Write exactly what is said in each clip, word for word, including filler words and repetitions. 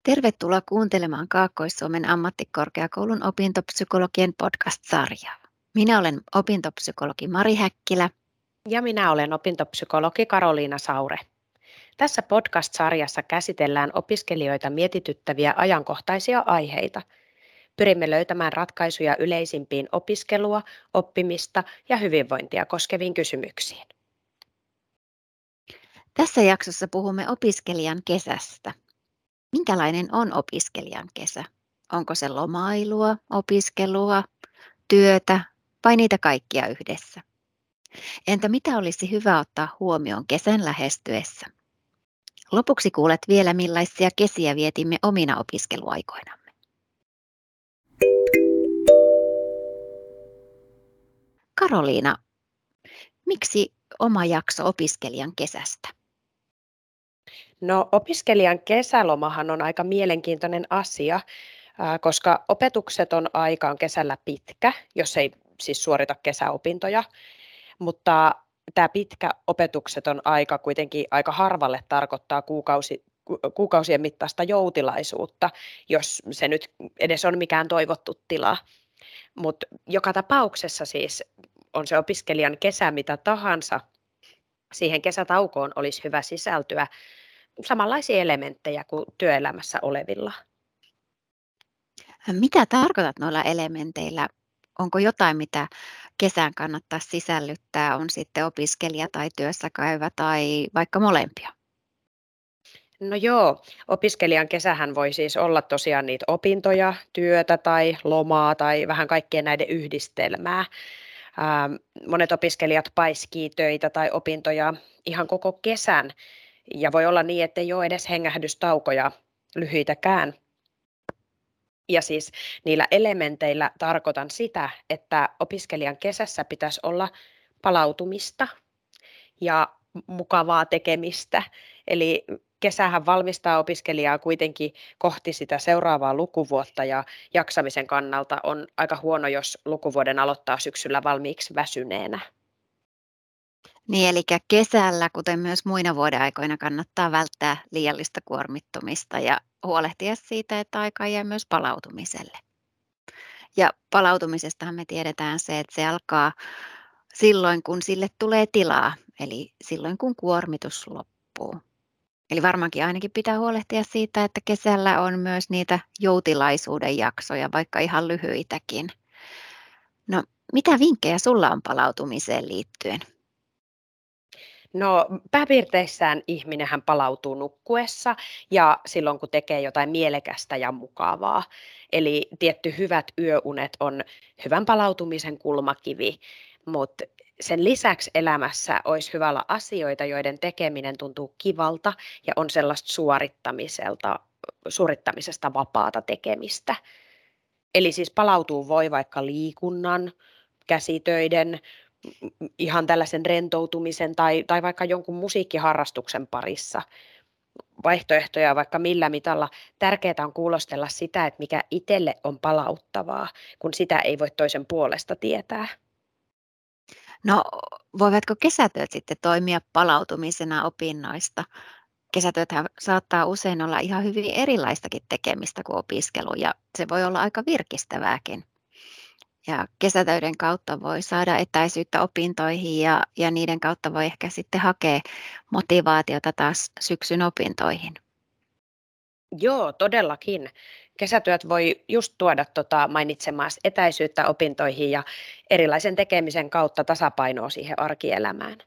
Tervetuloa kuuntelemaan Kaakkois-Suomen ammattikorkeakoulun opintopsykologien podcast-sarjaa. Minä olen opintopsykologi Mari Häkkilä. Ja minä olen opintopsykologi Karoliina Saure. Tässä podcast-sarjassa käsitellään opiskelijoita mietityttäviä ajankohtaisia aiheita. Pyrimme löytämään ratkaisuja yleisimpiin opiskelua, oppimista ja hyvinvointia koskeviin kysymyksiin. Tässä jaksossa puhumme opiskelijan kesästä. Minkälainen on opiskelijan kesä? Onko se lomailua, opiskelua, työtä vai niitä kaikkia yhdessä? Entä mitä olisi hyvä ottaa huomioon kesän lähestyessä? Lopuksi kuulet vielä, millaisia kesiä vietimme omina opiskeluaikoinamme. Karoliina, miksi oma jakso opiskelijan kesästä? No, opiskelijan kesälomahan on aika mielenkiintoinen asia, koska opetukseton aika on kesällä pitkä, jos ei siis suorita kesäopintoja, mutta tämä pitkä opetukseton aika kuitenkin aika harvalle tarkoittaa kuukausi, kuukausien mittaista joutilaisuutta, jos se nyt edes on mikään toivottu tila. Mutta joka tapauksessa siis on se opiskelijan kesä mitä tahansa, siihen kesätaukoon olisi hyvä sisältyä samanlaisia elementtejä kuin työelämässä olevilla. Mitä tarkoitat noilla elementeillä? Onko jotain, mitä kesään kannattaa sisällyttää, on sitten opiskelija tai työssä käyvä tai vaikka molempia? No joo, opiskelijan kesähän voi siis olla tosiaan niitä opintoja, työtä tai lomaa tai vähän kaikkien näiden yhdistelmää. Ähm, monet opiskelijat paiskii töitä tai opintoja ihan koko kesän ja voi olla niin, että ei ole edes hengähdystaukoja lyhyitäkään. Ja siis niillä elementeillä tarkoitan sitä, että opiskelijan kesässä pitäisi olla palautumista ja mukavaa tekemistä. Eli kesähän valmistaa opiskelijaa kuitenkin kohti sitä seuraavaa lukuvuotta ja jaksamisen kannalta on aika huono, jos lukuvuoden aloittaa syksyllä valmiiksi väsyneenä. Niin, eli kesällä, kuten myös muina vuodenaikoina, kannattaa välttää liiallista kuormittumista ja huolehtia siitä, että aikaa jää myös palautumiselle. Ja palautumisestahan me tiedetään se, että se alkaa silloin, kun sille tulee tilaa, eli silloin, kun kuormitus loppuu. Eli varmaankin ainakin pitää huolehtia siitä, että kesällä on myös niitä joutilaisuuden jaksoja, vaikka ihan lyhyitäkin. No, mitä vinkkejä sulla on palautumiseen liittyen? No pääpiirteissään ihminenhän palautuu nukkuessa ja silloin kun tekee jotain mielekästä ja mukavaa. Eli tietty hyvät yöunet on hyvän palautumisen kulmakivi, mutta sen lisäksi elämässä olisi hyvä olla asioita, joiden tekeminen tuntuu kivalta ja on sellaista suorittamiselta, suorittamisesta vapaata tekemistä. Eli siis palautuu voi vaikka liikunnan, käsitöiden, ihan tällaisen rentoutumisen tai, tai vaikka jonkun musiikkiharrastuksen parissa. Vaihtoehtoja vaikka millä mitalla. Tärkeää on kuulostella sitä, että mikä itselle on palauttavaa, kun sitä ei voi toisen puolesta tietää. No, voivatko kesätyöt sitten toimia palautumisena opinnoista? Kesätyöthän saattaa usein olla ihan hyvin erilaistakin tekemistä kuin opiskelu ja se voi olla aika virkistävääkin. Ja kesätöiden kautta voi saada etäisyyttä opintoihin ja, ja niiden kautta voi ehkä sitten hakea motivaatiota taas syksyn opintoihin. Joo, todellakin. Kesätyöt voi just tuoda tota mainitsemaasi etäisyyttä opintoihin ja erilaisen tekemisen kautta tasapainoa siihen arkielämään.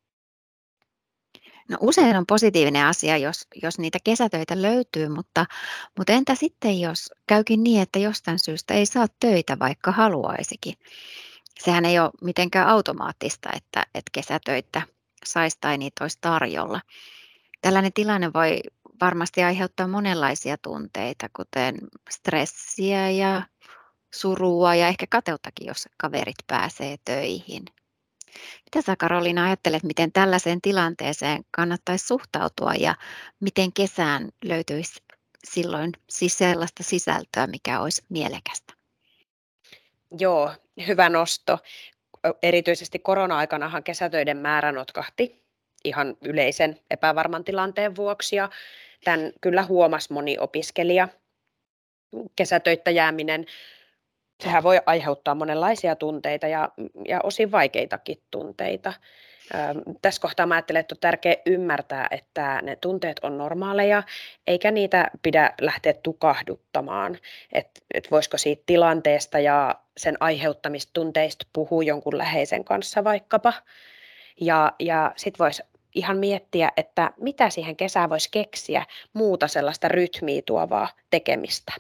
No usein on positiivinen asia, jos, jos niitä kesätöitä löytyy, mutta, mutta entä sitten, jos käykin niin, että jostain syystä ei saa töitä, vaikka haluaisikin? Sehän ei ole mitenkään automaattista, että, että kesätöitä saisi tai niitä olisi tarjolla. Tällainen tilanne voi varmasti aiheuttaa monenlaisia tunteita, kuten stressiä ja surua ja ehkä kateuttakin, jos kaverit pääsee töihin. Mitä sä, Karoliina, ajattelet, miten tällaiseen tilanteeseen kannattaisi suhtautua ja miten kesään löytyisi silloin siis sellaista sisältöä, mikä olisi mielekästä? Joo, hyvä nosto. Erityisesti korona-aikanahan kesätöiden määrä notkahti ihan yleisen epävarman tilanteen vuoksi ja Tämän kyllä huomasi moni opiskelija. Kesätöittä jääminen, sehän voi aiheuttaa monenlaisia tunteita ja, ja osin vaikeitakin tunteita. Ö, tässä kohtaa mä ajattelen, että on tärkeää ymmärtää, että ne tunteet on normaaleja, eikä niitä pidä lähteä tukahduttamaan. Että et voisiko siitä tilanteesta ja sen aiheuttamista tunteista puhua jonkun läheisen kanssa vaikkapa. Ja, ja sitten voisi ihan miettiä, että mitä siihen kesään voisi keksiä muuta sellaista rytmiä tuovaa tekemistä.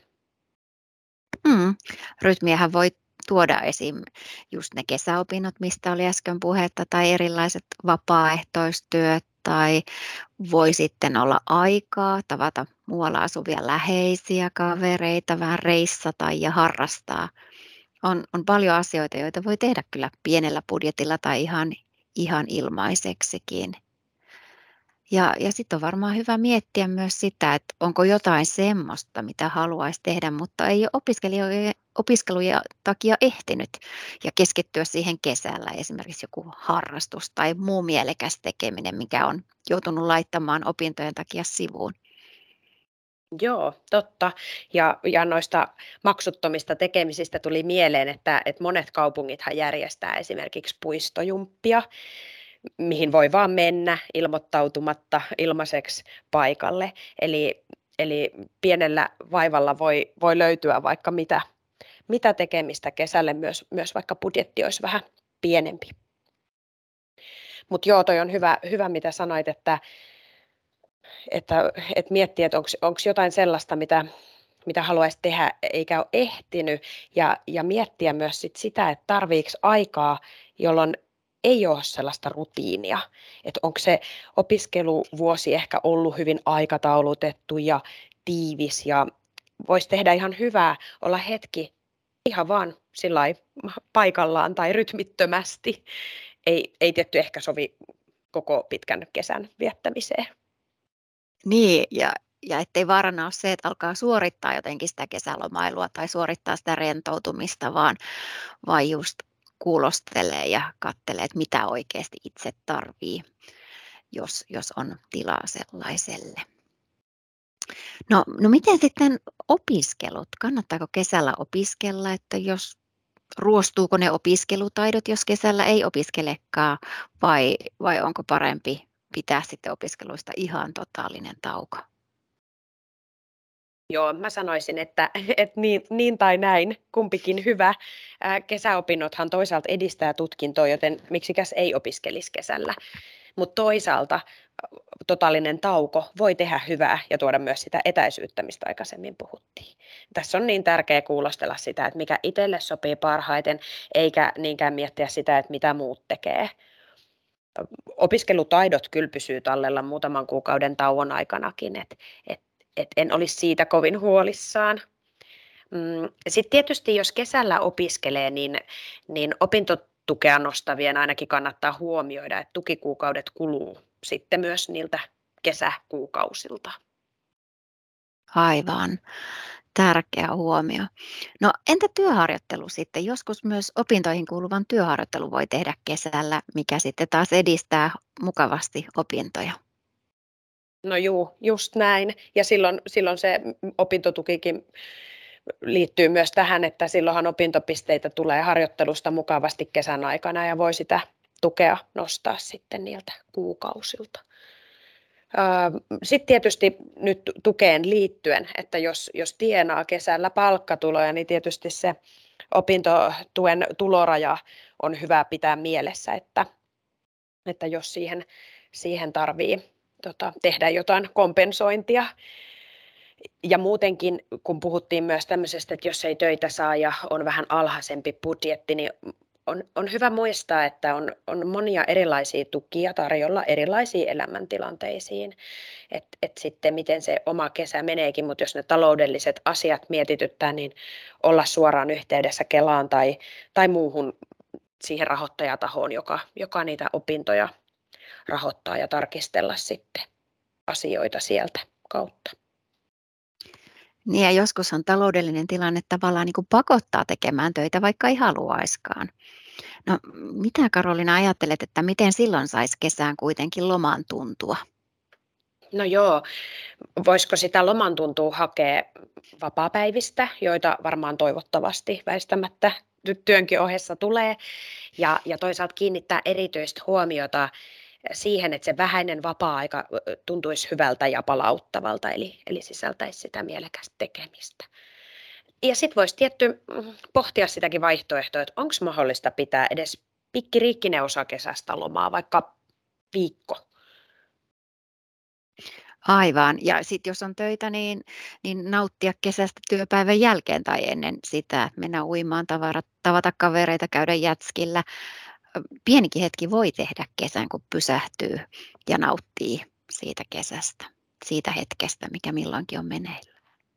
Mm. Rytmiähän voi tuoda esim. Just ne kesäopinnot, mistä oli äsken puhetta, tai erilaiset vapaaehtoistyöt, tai voi sitten olla aikaa tavata muualla asuvia läheisiä, kavereita, vähän reissata ja harrastaa. On, on paljon asioita, joita voi tehdä kyllä pienellä budjetilla tai ihan, ihan ilmaiseksikin. Ja, ja sitten on varmaan hyvä miettiä myös sitä, että onko jotain semmoista, mitä haluaisi tehdä, mutta ei ole opiskelijoiden, opiskelujen takia ehtinyt ja keskittyä siihen kesällä. Esimerkiksi joku harrastus tai muu mielekäs tekeminen, mikä on joutunut laittamaan opintojen takia sivuun. Joo, totta. Ja, ja noista maksuttomista tekemisistä tuli mieleen, että, että monet kaupungithan järjestää esimerkiksi puistojumppia, mihin voi vaan mennä ilmoittautumatta ilmaiseksi paikalle. Eli, eli pienellä vaivalla voi, voi löytyä vaikka mitä, mitä tekemistä kesälle, myös, myös vaikka budjetti olisi vähän pienempi. Mutta joo, toi on hyvä, hyvä, mitä sanoit, että, että, että miettiä, että onko jotain sellaista, mitä, mitä haluaisi tehdä eikä ole ehtinyt, ja, ja miettiä myös sit sitä, että tarviiko aikaa, jolloin ei ole sellaista rutiinia, että onko se opiskeluvuosi ehkä ollut hyvin aikataulutettu ja tiivis, ja voisi tehdä ihan hyvää olla hetki ihan vaan sillai paikallaan tai rytmittömästi. Ei, ei tietty ehkä sovi koko pitkän kesän viettämiseen. Niin, ja, ja ettei vaarana ole se, että alkaa suorittaa jotenkin sitä kesälomailua tai suorittaa sitä rentoutumista, vaan, vaan just kuulostelee ja katselee, että mitä oikeasti itse tarvii, jos, jos on tilaa sellaiselle. No, no miten sitten opiskelut? Kannattaako kesällä opiskella, että jos ruostuuko ne opiskelutaidot, jos kesällä ei opiskelekaan, vai, vai onko parempi pitää sitten opiskeluista ihan totaalinen tauko? Joo, mä sanoisin, että, että niin, niin tai näin, kumpikin hyvä. Ää, Kesäopinnothan toisaalta edistää tutkintoa, joten miksikäs ei opiskelisi kesällä. Mutta toisaalta ä, totaalinen tauko voi tehdä hyvää ja tuoda myös sitä etäisyyttä, mistä aikaisemmin puhuttiin. Tässä on niin tärkeää kuulostella sitä, että mikä itselle sopii parhaiten, eikä niinkään miettiä sitä, että mitä muut tekee. Opiskelutaidot kyllä pysyy tallella muutaman kuukauden tauon aikanakin, että et, et en olisi siitä kovin huolissaan. Sitten tietysti jos kesällä opiskelee, niin, niin opintotukea nostavien ainakin kannattaa huomioida, että tukikuukaudet kuluu sitten myös niiltä kesäkuukausilta. Aivan. Tärkeä huomio. No entä työharjoittelu sitten? Joskus myös opintoihin kuuluvan työharjoittelu voi tehdä kesällä, mikä sitten taas edistää mukavasti opintoja. No juu, just näin. Ja silloin, silloin se opintotukikin liittyy myös tähän, että silloinhan opintopisteitä tulee harjoittelusta mukavasti kesän aikana ja voi sitä tukea nostaa sitten niiltä kuukausilta. Sitten tietysti nyt tukeen liittyen, että jos, jos tienaa kesällä palkkatuloja, niin tietysti se opintotuen tuloraja on hyvä pitää mielessä, että, että jos siihen, siihen tarvii tota, tehdä jotain kompensointia. Ja muutenkin, kun puhuttiin myös tämmöisestä, että jos ei töitä saa ja on vähän alhaisempi budjetti, niin on, on hyvä muistaa, että on, on monia erilaisia tukia tarjolla erilaisiin elämäntilanteisiin. Että et sitten miten se oma kesä meneekin, mutta jos ne taloudelliset asiat mietityttää, niin olla suoraan yhteydessä Kelaan tai, tai muuhun siihen rahoittajatahoon, joka, joka niitä opintoja rahoittaa ja tarkistella sitten asioita sieltä kautta. Niin ja joskushan taloudellinen tilanne tavallaan niin kuin pakottaa tekemään töitä, vaikka ei haluaiskaan. No mitä Karoliina ajattelet, että miten silloin saisi kesään kuitenkin lomaan tuntua? No joo, voisiko sitä loman tuntua hakea vapaapäivistä, joita varmaan toivottavasti väistämättä ty- työnkin ohessa tulee, ja, ja toisaalta kiinnittää erityistä huomiota siihen, että se vähäinen vapaa-aika ö, tuntuisi hyvältä ja palauttavalta, eli, eli sisältäisi sitä mielekästä tekemistä. Ja sitten voisi tietty mm, pohtia sitäkin vaihtoehtoa, että onko mahdollista pitää edes pikkiriikkinen osa kesästä lomaa, vaikka viikko. Aivan. Ja sitten jos on töitä, niin, niin nauttia kesästä työpäivän jälkeen tai ennen sitä, mennä uimaan, tavara, tavata kavereita, käydä jätskillä. Ö, Pienikin hetki voi tehdä kesän, kun pysähtyy ja nauttii siitä kesästä, siitä hetkestä, mikä milloinkin on meneillä.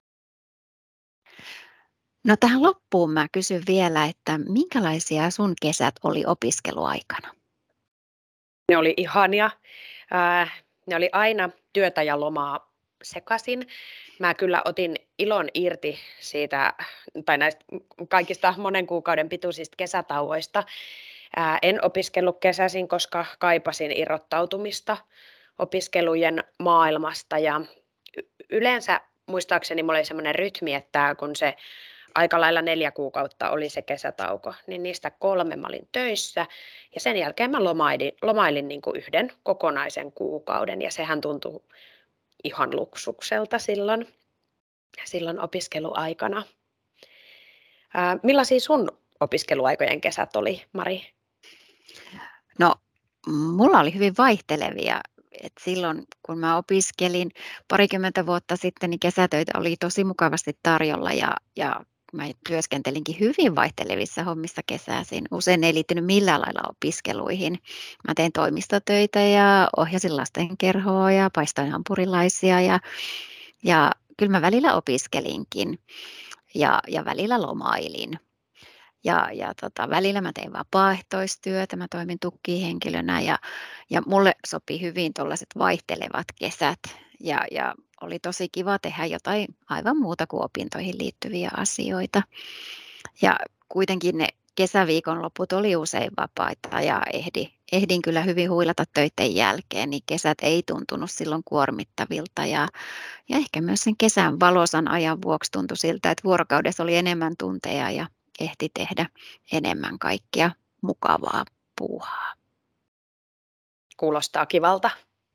No tähän loppuun mä kysyn vielä, että minkälaisia sun kesät oli opiskeluaikana? Ne oli ihania. Ää, ne oli aina työtä ja lomaa sekaisin. Mä kyllä otin ilon irti siitä, tai näistä kaikista monen kuukauden pituisista kesätauoista. Ää, en opiskellut kesäisin, koska kaipasin irrottautumista opiskelujen maailmasta. Ja y- yleensä muistaakseni mulla oli semmoinen rytmi, että kun se aika lailla neljä kuukautta oli se kesätauko, niin niistä kolme mä olin töissä ja sen jälkeen mä lomailin, lomailin niin kuin yhden kokonaisen kuukauden ja sehän tuntui ihan luksukselta silloin, silloin opiskeluaikana. Ää, millaisia sun opiskeluaikojen kesät oli, Mari? No, mulla oli hyvin vaihtelevia. Et silloin, kun mä opiskelin parikymmentä vuotta sitten, niin kesätöitä oli tosi mukavasti tarjolla ja, ja mä työskentelinkin hyvin vaihtelevissa hommissa kesäisin. Usein ei liittynyt millään lailla opiskeluihin. Mä tein toimistotöitä ja ohjasin lastenkerhoa ja paistoin hampurilaisia ja, ja kyllä mä välillä opiskelinkin ja, ja välillä lomailin. Ja, ja tota, välillä mä tein vapaaehtoistyötä, mä toimin tukihenkilönä ja, ja mulle sopi hyvin tuollaiset vaihtelevat kesät ja, ja oli tosi kiva tehdä jotain aivan muuta kuin opintoihin liittyviä asioita. Ja kuitenkin ne kesäviikonloput oli usein vapaita ja ehdi, ehdin kyllä hyvin huilata töiden jälkeen, niin kesät ei tuntunut silloin kuormittavilta ja, ja ehkä myös sen kesän valoisan ajan vuoksi tuntui siltä, että vuorokaudessa oli enemmän tunteja ja ehti tehdä enemmän kaikkia mukavaa puuhaa. Kuulostaa kivalta.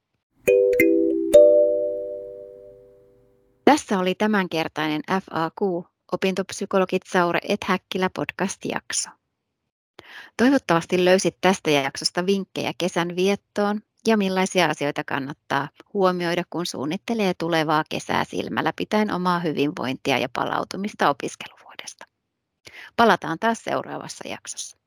Tässä oli tämänkertainen F A Q, opintopsykologit Saure et Häkkilä podcast-jakso. Toivottavasti löysit tästä jaksosta vinkkejä kesän viettoon ja millaisia asioita kannattaa huomioida, kun suunnittelee tulevaa kesää silmällä pitäen omaa hyvinvointia ja palautumista opiskeluvuodesta. Palataan taas seuraavassa jaksossa.